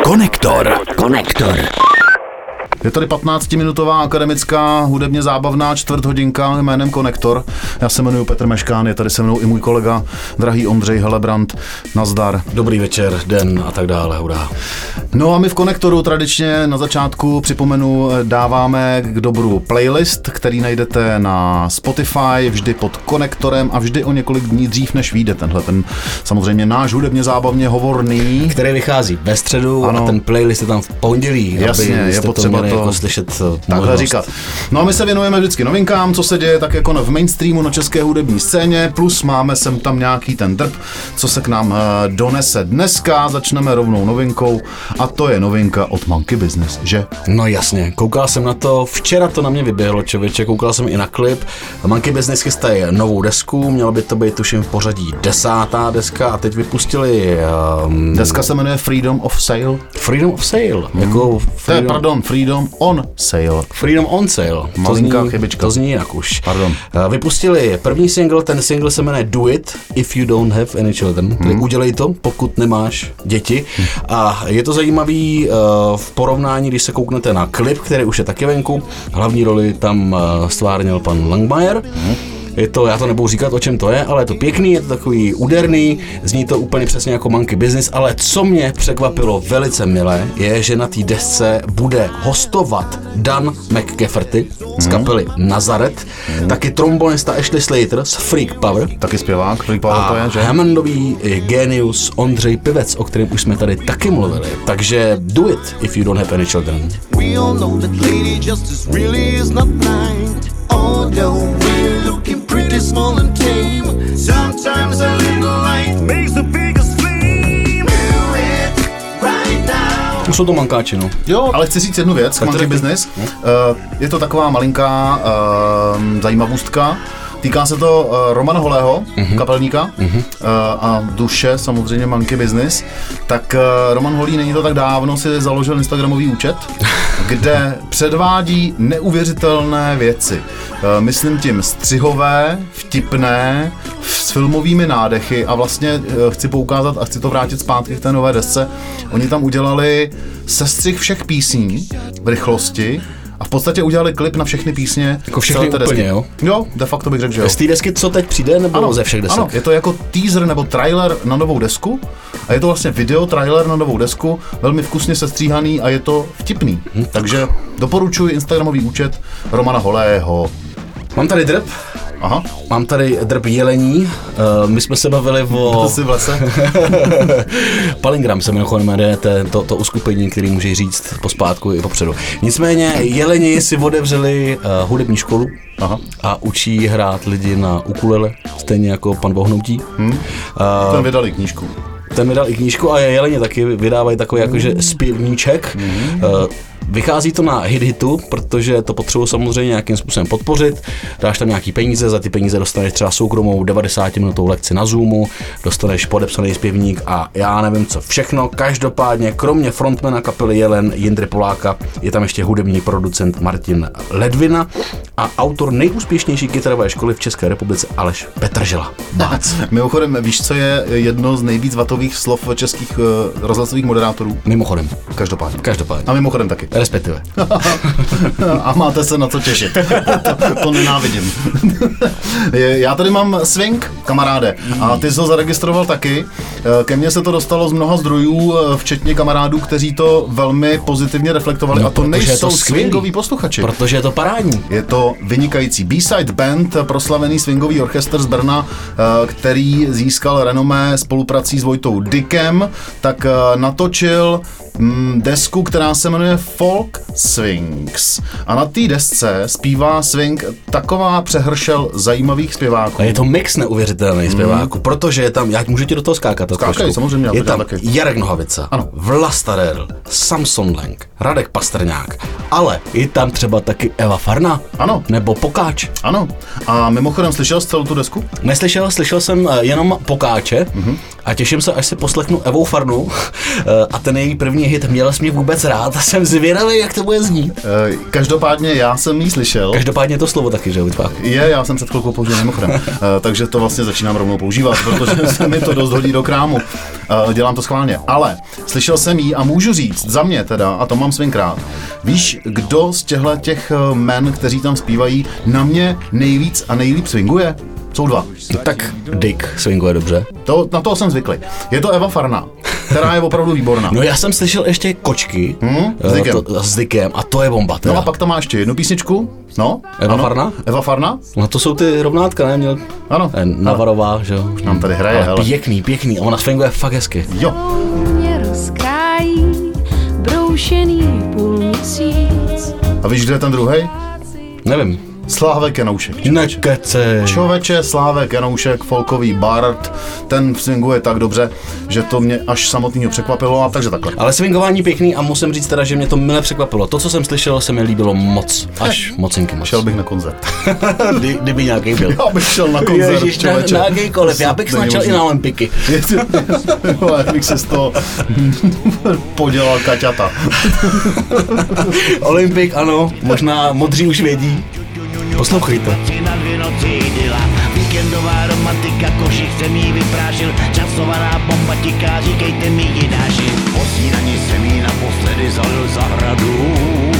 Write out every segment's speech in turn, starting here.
Konektor. Je tady 15-minutová akademická hudebně zábavná čtvrthodinka jménem Konektor. Já se jmenuji Petr Meškán, je tady se mnou i můj kolega, drahý Ondřej Helebrant. Nazdar. Dobrý večer, den a tak dále, hurá. No a my v Konektoru tradičně na začátku, připomenu, dáváme k dobru playlist, který najdete na Spotify, vždy pod Konektorem a vždy o několik dní dřív, než vyjde tenhle ten samozřejmě náš hudebně zábavně hovorný. Který vychází ve středu, ano. A ten playlist je tam v pondělí. Jasně, je potřeba to jako slyšet takhle říkat. No a my se věnujeme vždycky novinkám, co se děje tak jako v mainstreamu na české hudební scéně, plus máme sem tam nějaký ten drb, co se k nám donese dneska. Začneme rovnou novinkou a to je novinka od Monkey Business, že? No jasně, koukal jsem na to, včera to na mě vyběhlo, člověče, koukal jsem i na klip. Monkey Business chystají novou desku, mělo by to být tuším v pořadí 10. deska a teď vypustili... Deska se jmenuje Freedom of Sale. Freedom of Sale, jako... Freedom on Sale. Freedom on Sale. Malinká chybička. To zní jak už. Pardon. Vypustili první single, ten single se jmenuje Do It If You Don't Have Any Children. Tedy udělej to, pokud nemáš děti. A je to zajímavý v porovnání, když se kouknete na klip, který už je taky venku. Hlavní roli tam stvárnil pan Langmajer. Je to, já to nebudu říkat, o čem to je, ale je to pěkný, je to takový úderný, zní to úplně přesně jako Monkey Business, ale co mě překvapilo velice milé, je, že na té desce bude hostovat Dan McCafferty z kapely Nazareth, taky trombonista Ashley Slater z Freak Power. Taky zpěvák, Freak Power to je, že? A Hammondový genius Ondřej Pivec, o kterém už jsme tady taky mluvili. Takže do it if you don't have any children. We all know that lady justice really is not blind. Although we're looking pretty small and tame, sometimes a little light makes the biggest flame. Do it right now. Už jsou to mankáči, no. Jo, ale chci říct jednu věc k Monkey Business. Je to taková malinká zajímavostka. Týká se to Romana Holého, kapelníka, a duše, samozřejmě Monkey Business. Tak Roman Holý není to tak dávno si založil Instagramový účet, kde předvádí neuvěřitelné věci. Myslím tím střihové, vtipné, s filmovými nádechy a vlastně chci poukázat a chci to vrátit zpátky k té nové desce. Oni tam udělali sestřih všech písní v rychlosti, a v podstatě udělali klip na všechny písně. Jako všechny úplně, desky. Jo? Jo, de facto bych řekl, že jo. Z té desky, co teď přijde, nebo ano, ze všech desek? Ano, je to jako teaser nebo trailer na novou desku a je to vlastně video trailer na novou desku, velmi vkusně sestříhaný a je to vtipný. Takže doporučuji Instagramový účet Romana Holého. Mám tady drb. Aha. Mám tady drb jelení, my jsme se bavili o... Jsi v lese? Palingram se jmenuje to uskupení, který může říct pospátku i popředu. Nicméně jeleni si otevřeli hudební školu. Aha. A učí hrát lidi na ukulele, stejně jako pan Vohnoutí. Ten vydal i knížku. Ten vydal i knížku a jeleni taky vydávají takový jakože zpěvníček. Vychází to na hitu, protože to potřebuji samozřejmě nějakým způsobem podpořit. Dáš tam nějaký peníze, za ty peníze dostaneš třeba soukromou 90-minutovou lekci na Zoomu, dostaneš podepsaný zpěvník a já nevím co všechno. Každopádně, kromě frontmana kapely Jelen Jindry Poláka, je tam ještě hudební producent Martin Ledvina a autor nejúspěšnější kytarové školy v České republice Aleš Petržela. Mimochodem, víš, co je jedno z nejvíc vatových slov českých rozhlasových moderátorů? Mimochodem. Každopádně. A mimochodem taky. Respektive. A máte se na co těšit. To nenávidím. Já tady mám swing, kamaráde, a ty jsi ho zaregistroval taky. Ke mně se to dostalo z mnoha zdrojů, včetně kamarádů, kteří to velmi pozitivně reflektovali. No, a to nejsou swingoví posluchači. Protože je to parádní. Je to vynikající B-side band, proslavený swingový orchestr z Brna, který získal renomé spoluprací s Vojtou Dickem, tak natočil desku, která se jmenuje Folk Swings. A na té desce zpívá swing taková přehršel zajímavých zpěváků. A je to mix neuvěřitelných zpěváků, protože je tam, já můžu ti do toho skákat. Skákej, samozřejmě. Je tam taky Jarek Nohavica, ano. Vlasta Redl, Samson Lang, Radek Pastrňák, ale je tam třeba taky Eva Farna. Ano. Nebo Pokáč. Ano. A mimochodem, slyšel jsi celou tu desku? Neslyšel, slyšel jsem jenom Pokáče. A těším se, až si poslechnu Evu Farnu a ten její první hit Měl jsi mě vůbec rád a jsem zvědavý, jak to bude znít. Každopádně já jsem jí slyšel. Každopádně to slovo taky, že Litvák? Já jsem před chvilkou použil mimochodem, takže to vlastně začínám rovnou používat, protože se mi to dost hodí do krámu. Dělám to schválně. Ale slyšel jsem jí a můžu říct, za mě teda, a to mám svínkrát, víš, kdo z těch men, kteří tam zpívají, na mě nejvíc a nejlíp swinguje? Jsou dva. Tak Dick swinguje dobře. Na toho jsem zvyklý. Je to Eva Farna, která je opravdu výborná. No já jsem slyšel ještě Kočky s Dickem a to je bomba. Teda. No a pak tam má ještě jednu písničku. No, Eva Farna? Eva Farna? No to jsou ty rovnátka, ne? Měl... Ano. Navarová, že jo. Nám tady hraje, ale pěkný. A ona swinguje fakt hezky. Jo. Mě rozkrájí broušený půlměsíc. A víš, kde je ten druhej? Nevím. Slávek Janoušek. Nekece. Člověče, Slávek Janoušek, folkový bard, ten swinguje tak dobře, že to mě až samotného překvapilo, a takže takhle. Ale swingování pěkný a musím říct teda, že mě to mile překvapilo. To, co jsem slyšel, se mi líbilo moc. Až mocinky moc. Šel bych na koncert. Kdyby nějaký byl. Já bych šel na koncert, Ježiš, člověče. na jakýkoliv, já bych snačil i na olympiky. Já bych se z toho podělal kaťata. Olympik, ano, možná modří už vědí. Poslouchejte. Na 2 noci idyla, víkendová romantika, košík jsem jí vyprášil, časovaná bomba tiká, říkejte mi jináši. Po snídani jsem jí naposledy zalil zahradu.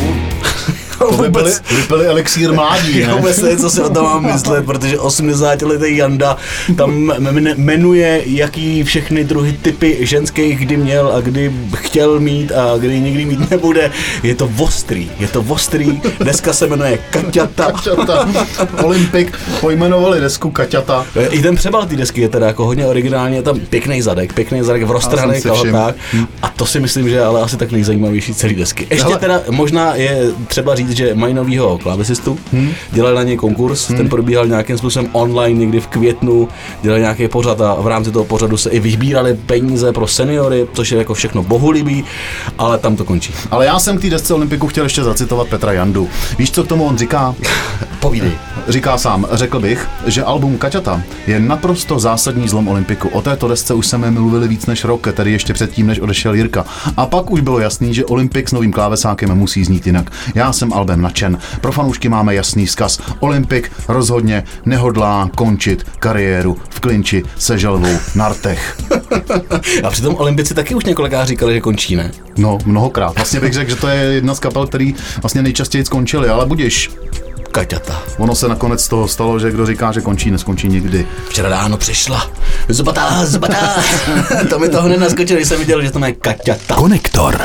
To vypili elixír mládí, ne? Vůbec ne, co si o tom mám myslet, protože 80letý Janda tam jmenuje, jaký všechny druhy typy ženských kdy měl a kdy chtěl mít a kdy nikdy mít nebude. Je to ostrý. Dneska se jmenuje Kaťata. Olympik pojmenovali desku Kaťata. I ten přebal té desky je teda jako hodně originální, je tam pěkný zadek v roztrhaných kalhotách a to si myslím, že je ale asi tak nejzajímavější celý desky. Ještě teda možná je třeba říct, že mají novýho klávesistu, dělali na něj konkurs, ten probíhal nějakým způsobem online někdy v květnu, dělali nějaký pořad a v rámci toho pořadu se i vybírali peníze pro seniory, což je jako všechno bohulibý, ale tam to končí. Ale já jsem k té desce Olympiku chtěl ještě zacitovat Petra Jandu. Víš, co k tomu on říká? Povídej. Říká sám, řekl bych, že album Kaťata je naprosto zásadní zlom Olympiku. O této desce už jsme mluvili víc než rok, tedy ještě předtím, než odešel Jirka. A pak už bylo jasný, že Olympik s novým klávesákem musí znít jinak. Já jsem albem nadšen. Pro fanoušky máme jasný vzkaz. Olympik rozhodně nehodlá končit kariéru v klinči se želvou na rtech. A přitom Olympici taky už několikrát říkali, že končí, ne? No, mnohokrát. Vlastně bych řekl, že to je jedna z kapel, který vlastně nejčastěji skončili, ale budiš. Kaťata. Ono se nakonec toho stalo, že kdo říká, že končí, neskončí nikdy. Včera ráno přišla. Zbatá. To mi toho hned naskočilo, když jsem viděl, že to má Kaťata. Konektor.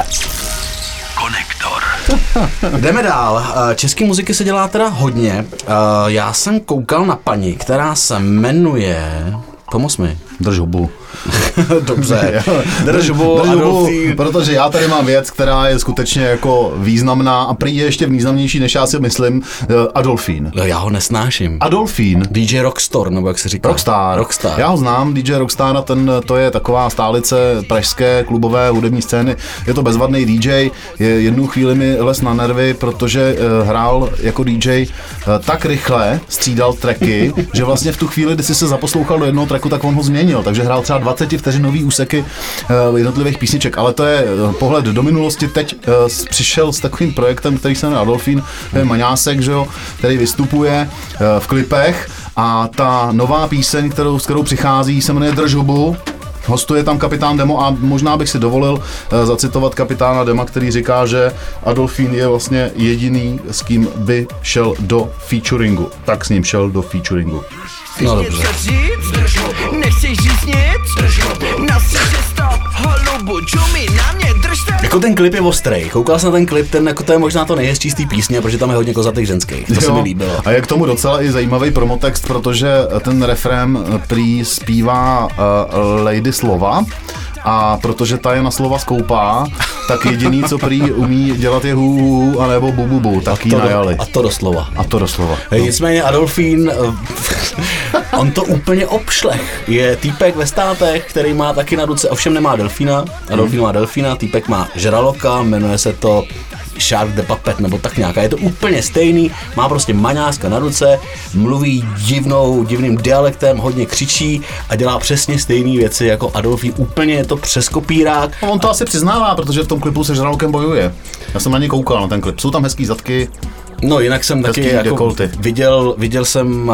Jdeme dál. České muziky se dělá teda hodně. Já jsem koukal na paní, která se jmenuje... Pomoz mi. Drž hubu. Dobře. Drž hubu, protože já tady mám věc, která je skutečně jako významná a prý je ještě významnější, než já si myslím, Adolfín. No, já ho nesnáším. Adolfín. DJ Rockstar, nebo jak se říká? Rockstar. Já ho znám, DJ Rockstar, to je taková stálice pražské klubové hudební scény. Je to bezvadný DJ. Jednu chvíli mi les na nervy, protože hrál jako DJ tak rychle, střídal tracky, že vlastně v tu chvíli, kdy si se zaposlouchal do jednoho tracku, tak on ho změnil. Takže hrál třeba 20 vteřinový úseky jednotlivých písniček, ale to je pohled do minulosti. Teď přišel s takovým projektem, který se jmenuje Adolfín, to je Maňásek, že jo, který vystupuje v klipech a ta nová píseň, s kterou přichází, se jmenuje Drž hubu. Hostuje tam kapitán Demo a možná bych si dovolil zacitovat kapitána Dema, který říká, že Adolfín je vlastně jediný, s kým by šel do featuringu. Tak s ním šel do featuringu. No dobře. Nechceš říct nic? Nasiře stop, holubu, čumi na mě, držte. Jako ten klip je ostrý. Koukal jsem na ten klip, jako to je možná to nejhezčí z té písně, protože tam je hodně kozatých ženských. To se mi líbilo. A je k tomu docela i zajímavý promotext, protože ten refrém prý zpívá Lady Slova. A protože ta je na slova skoupá, tak jediný, co prý umí dělat je hu anebo bu, tak jí najali. A to doslova. Nicméně Adolfín, on to úplně obšlech. Je týpek ve státech, který má taky na ruce, ovšem nemá delfína. Adolfín má delfína, týpek má žraloka, jmenuje se to Shark the Puppet nebo tak nějaká. Je to úplně stejný, má prostě maňáska na ruce, mluví divným dialektem, hodně křičí a dělá přesně stejné věci jako Adolfí. Úplně je to přes kopírák. No, on to asi přiznává, protože v tom klipu se žralokem bojuje. Já jsem na něj koukal, na ten klip. Jsou tam hezký zadky. No jinak jsem taky jako viděl jsem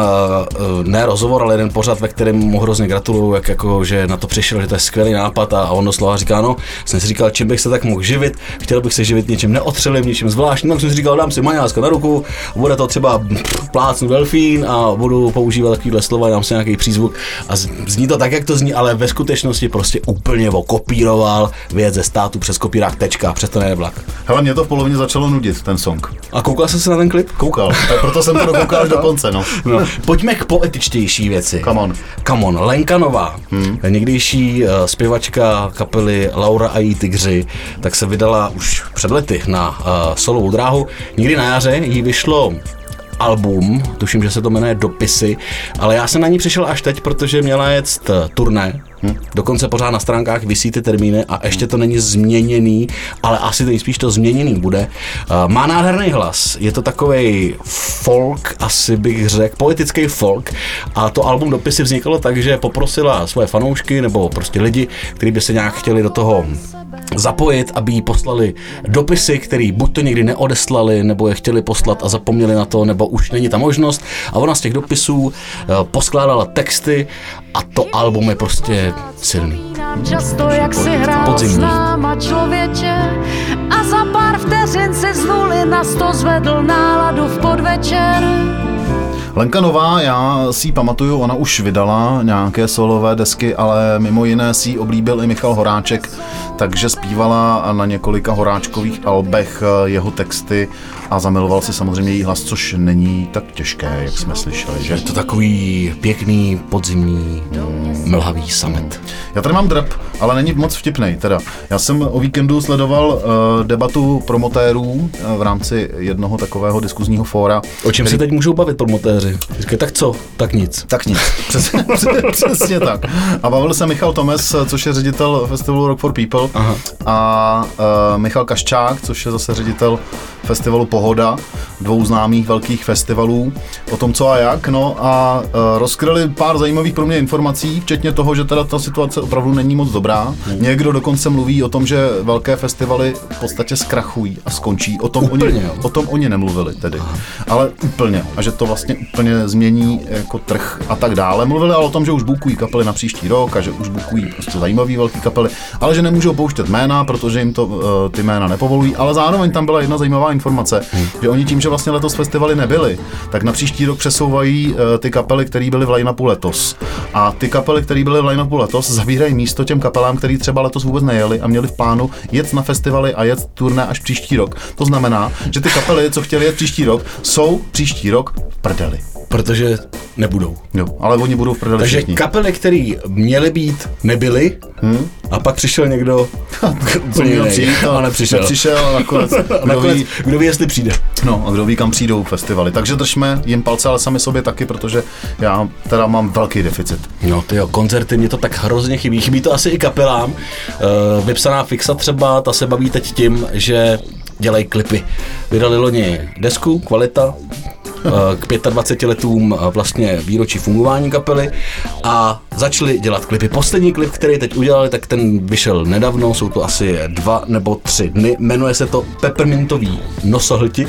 ne rozhovor, ale jeden pořad, ve kterém mu hrozně gratuluju, že na to přišel, že to je skvělý nápad a on doslova říká, no, jsem si říkal, čím bych se tak mohl živit, chtěl bych se živit něčím neotřelým, něčím zvláštním, tak jsem si říkal, dám si maňáska na ruku, bude to třeba plácnu delfín a budu používat takovýhle slova, dám si nějaký přízvuk a zní to tak, jak to zní, ale ve skutečnosti prostě úplně okopíroval věc ze státu přes kopírák tečka, přes to nejde vlak. Hele, mě to v polovině začalo nudit, ten song. A koukal jsi se na ten klip? Koukal, proto jsem to dokoukal až do konce, no. Pojďme k poetičtější věci. Come on. Lenka Nová, někdejší zpěvačka kapely Laura a její tygři, tak se vydala už před lety na solovou dráhu. Někdy na jaře jí vyšlo album, tuším, že se to jmenuje Dopisy, ale já jsem na ní přišel až teď, protože měla jet turné. Dokonce pořád na stránkách visí ty termíny a ještě to není změněný, ale asi nejspíš to změněný bude. Má nádherný hlas, je to takovej folk, asi bych řekl, poetický folk a to album Dopisy vzniklo tak, že poprosila svoje fanoušky nebo prostě lidi, kteří by se nějak chtěli do toho zapojit, aby jí poslali dopisy, který buď to někdy neodeslali, nebo je chtěli poslat a zapomněli na to, nebo už není ta možnost. A ona z těch dopisů poskládala texty a to album je prostě silný. Často jak si hrál s náma člověče a za pár vteřin si z 0 na 100 zvedl náladu v podvečer. Lenka Nová, já si ji pamatuju, ona už vydala nějaké solové desky, ale mimo jiné si ji oblíbil i Michal Horáček, takže zpívala na několika Horáčkových albech jeho texty a zamiloval si samozřejmě její hlas, což není tak těžké, jak jsme slyšeli, že? Je to takový pěkný podzimní mlhavý samet. Já tady mám drap, ale není moc vtipnej, teda. Já jsem o víkendu sledoval debatu promotérů v rámci jednoho takového diskuzního fóra. O čem se teď můžou bavit promotéři? Říkají, tak co? Tak nic. Tak nic. Přesně tak. A bavil se Michal Tomes, což je ředitel festivalu Rock for People. Aha. A Michal Kaščák, což je zase ředitel festivalu Pohoda, 2 známých velkých festivalů, o tom co a jak, no a rozkryli pár zajímavých pro mě informací, včetně toho, že teda ta situace opravdu není moc dobrá. Někdo dokonce mluví o tom, že velké festivaly v podstatě zkrachují a skončí. O tom oni nemluvili tedy. Aha. Ale úplně. A že to vlastně úplně změní jako trh a tak dále. Mluvili ale o tom, že už bukují kapely na příští rok a že už bukují prostě zajímavý velký kapely, ale že nemůžou pouštět jména, protože jim to ty jména nepovolují, ale zároveň tam byla jedna zajímavá informace, že oni tím, že vlastně letos festivaly nebyly, tak na příští rok přesouvají ty kapely, které byly v line-upu letos. A ty kapely, které byly v line-upu letos, zavírají místo těm kapelám, který třeba letos vůbec nejeli a měli v plánu jet na festivaly a jet turné až příští rok. To znamená, že ty kapely, co chtěli jet příští rok, jsou příští rok v prdeli. Protože nebudou. Jo, ale oni budou v prdeli. Takže všichni. Kapely, které měly být, nebyly a pak přišel někdo úplně jiný. A nepřišel a nakonec kdo ví, jestli přijde. No a kdo ví, kam přijdou festivaly. Takže držme jim palce, ale sami sobě taky, protože já teda mám velký deficit. No tyjo, koncerty mě to tak hrozně chybí. Chybí to asi i kapelám. Vypsaná Fixa třeba, ta se baví teď tím, že dělají klipy. Vydali loni desku, Kvalita, k 25 letům vlastně výročí fungování kapely a začali dělat klipy. Poslední klip, který teď udělali, tak ten vyšel nedávno, jsou to asi 2 nebo 3 dny, jmenuje se to Peppermintový nosohlti.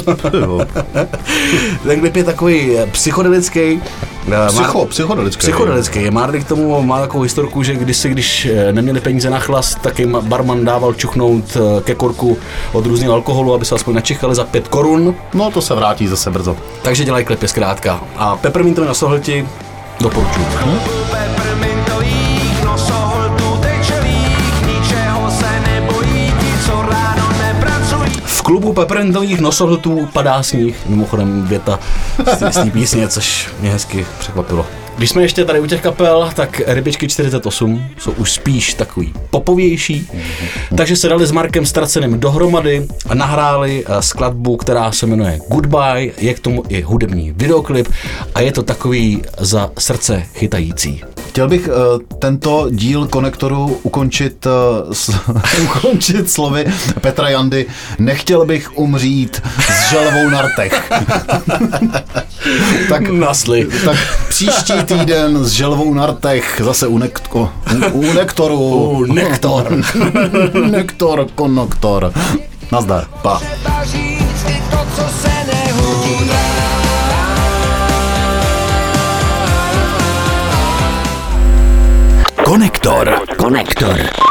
Ten klip je takový psychodelický. Psychodelický. Má k tomu má takovou historku, že když neměli peníze na chlast, tak jim barman dával čuchnout ke korku od různého alkoholu, aby se aspoň načichali za 5 korun. No to se vrátí zase brzo. Takže dělají klipy zkrátka. A Peppermintový nosohlti doporučuji. Peppermintových nosohltů tečelých, ničeho se nebojí ti, co ráno nepracují. V klubu Peppermintových nosohltů padá sníh, mimochodem věta z té písně, což mě hezky překvapilo. Když jsme ještě tady u těch kapel, tak Rybičky 48 jsou už spíš takový popovější, takže se dali s Markem Ztraceným dohromady a nahráli skladbu, která se jmenuje Goodbye, je k tomu i hudební videoklip a je to takový za srdce chytající. Chtěl bych tento díl Konektoru ukončit slovy Petra Jandy. Nechtěl bych umřít s želvou na rtech. tak příští týden s želvou na rtech zase u Nektoru. Nektor, Konektor. Nazdar. Pa. Konektor.